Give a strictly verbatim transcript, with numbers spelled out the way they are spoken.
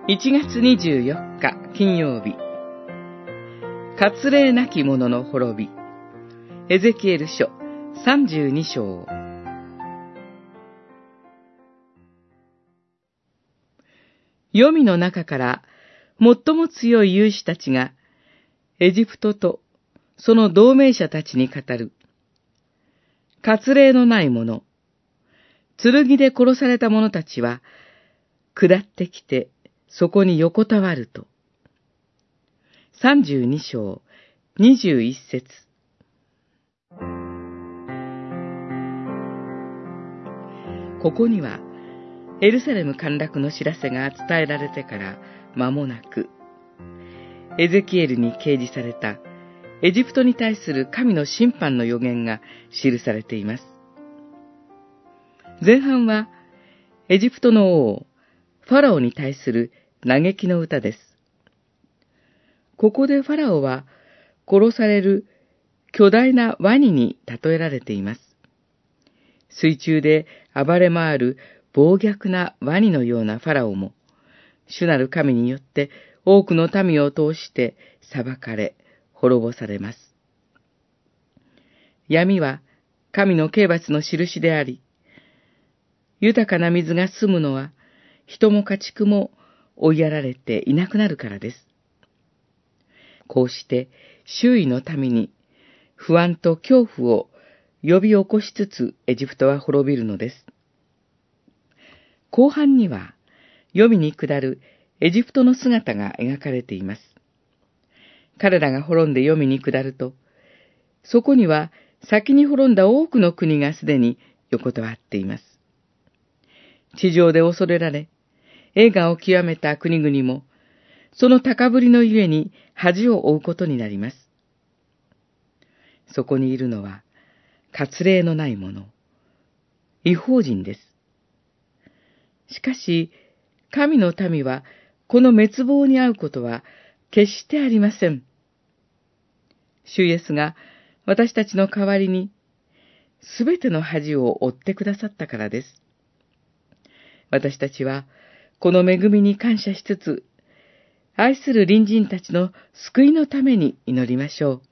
いちがつにじゅうよっか金曜日、割礼なき者の滅び。エゼキエル書さんじゅうに章。黄泉の中から最も強い勇士たちがエジプトとその同盟者たちに語る。割礼のない者、剣で殺された者たちは下ってきてそこに横たわると。さんじゅうに章にじゅういち節。ここにはエルサレム陥落の知らせが伝えられてから間もなく、エゼキエルに掲示されたエジプトに対する神の審判の予言が記されています。前半はエジプトの王ファラオに対する嘆きの歌です。ここでファラオは殺される巨大なワニに例えられています。水中で暴れ回る暴虐なワニのようなファラオも、主なる神によって多くの民を通して裁かれ、滅ぼされます。闇は神の刑罰の印であり、豊かな水が住むのは人も家畜も追いやられていなくなるからです。こうして周囲の民に不安と恐怖を呼び起こしつつエジプトは滅びるのです。後半には黄泉に下るエジプトの姿が描かれています。彼らが滅んで黄泉に下ると、そこには先に滅んだ多くの国がすでに横たわっています。地上で恐れられ、栄華を極めた国々も、その高ぶりのゆえに恥を負うことになります。そこにいるのは、割礼のない者、異邦人です。しかし、神の民は、この滅亡に遭うことは決してありません。主イエスが私たちの代わりに、すべての恥を負ってくださったからです。私たちは、この恵みに感謝しつつ、愛する隣人たちの救いのために祈りましょう。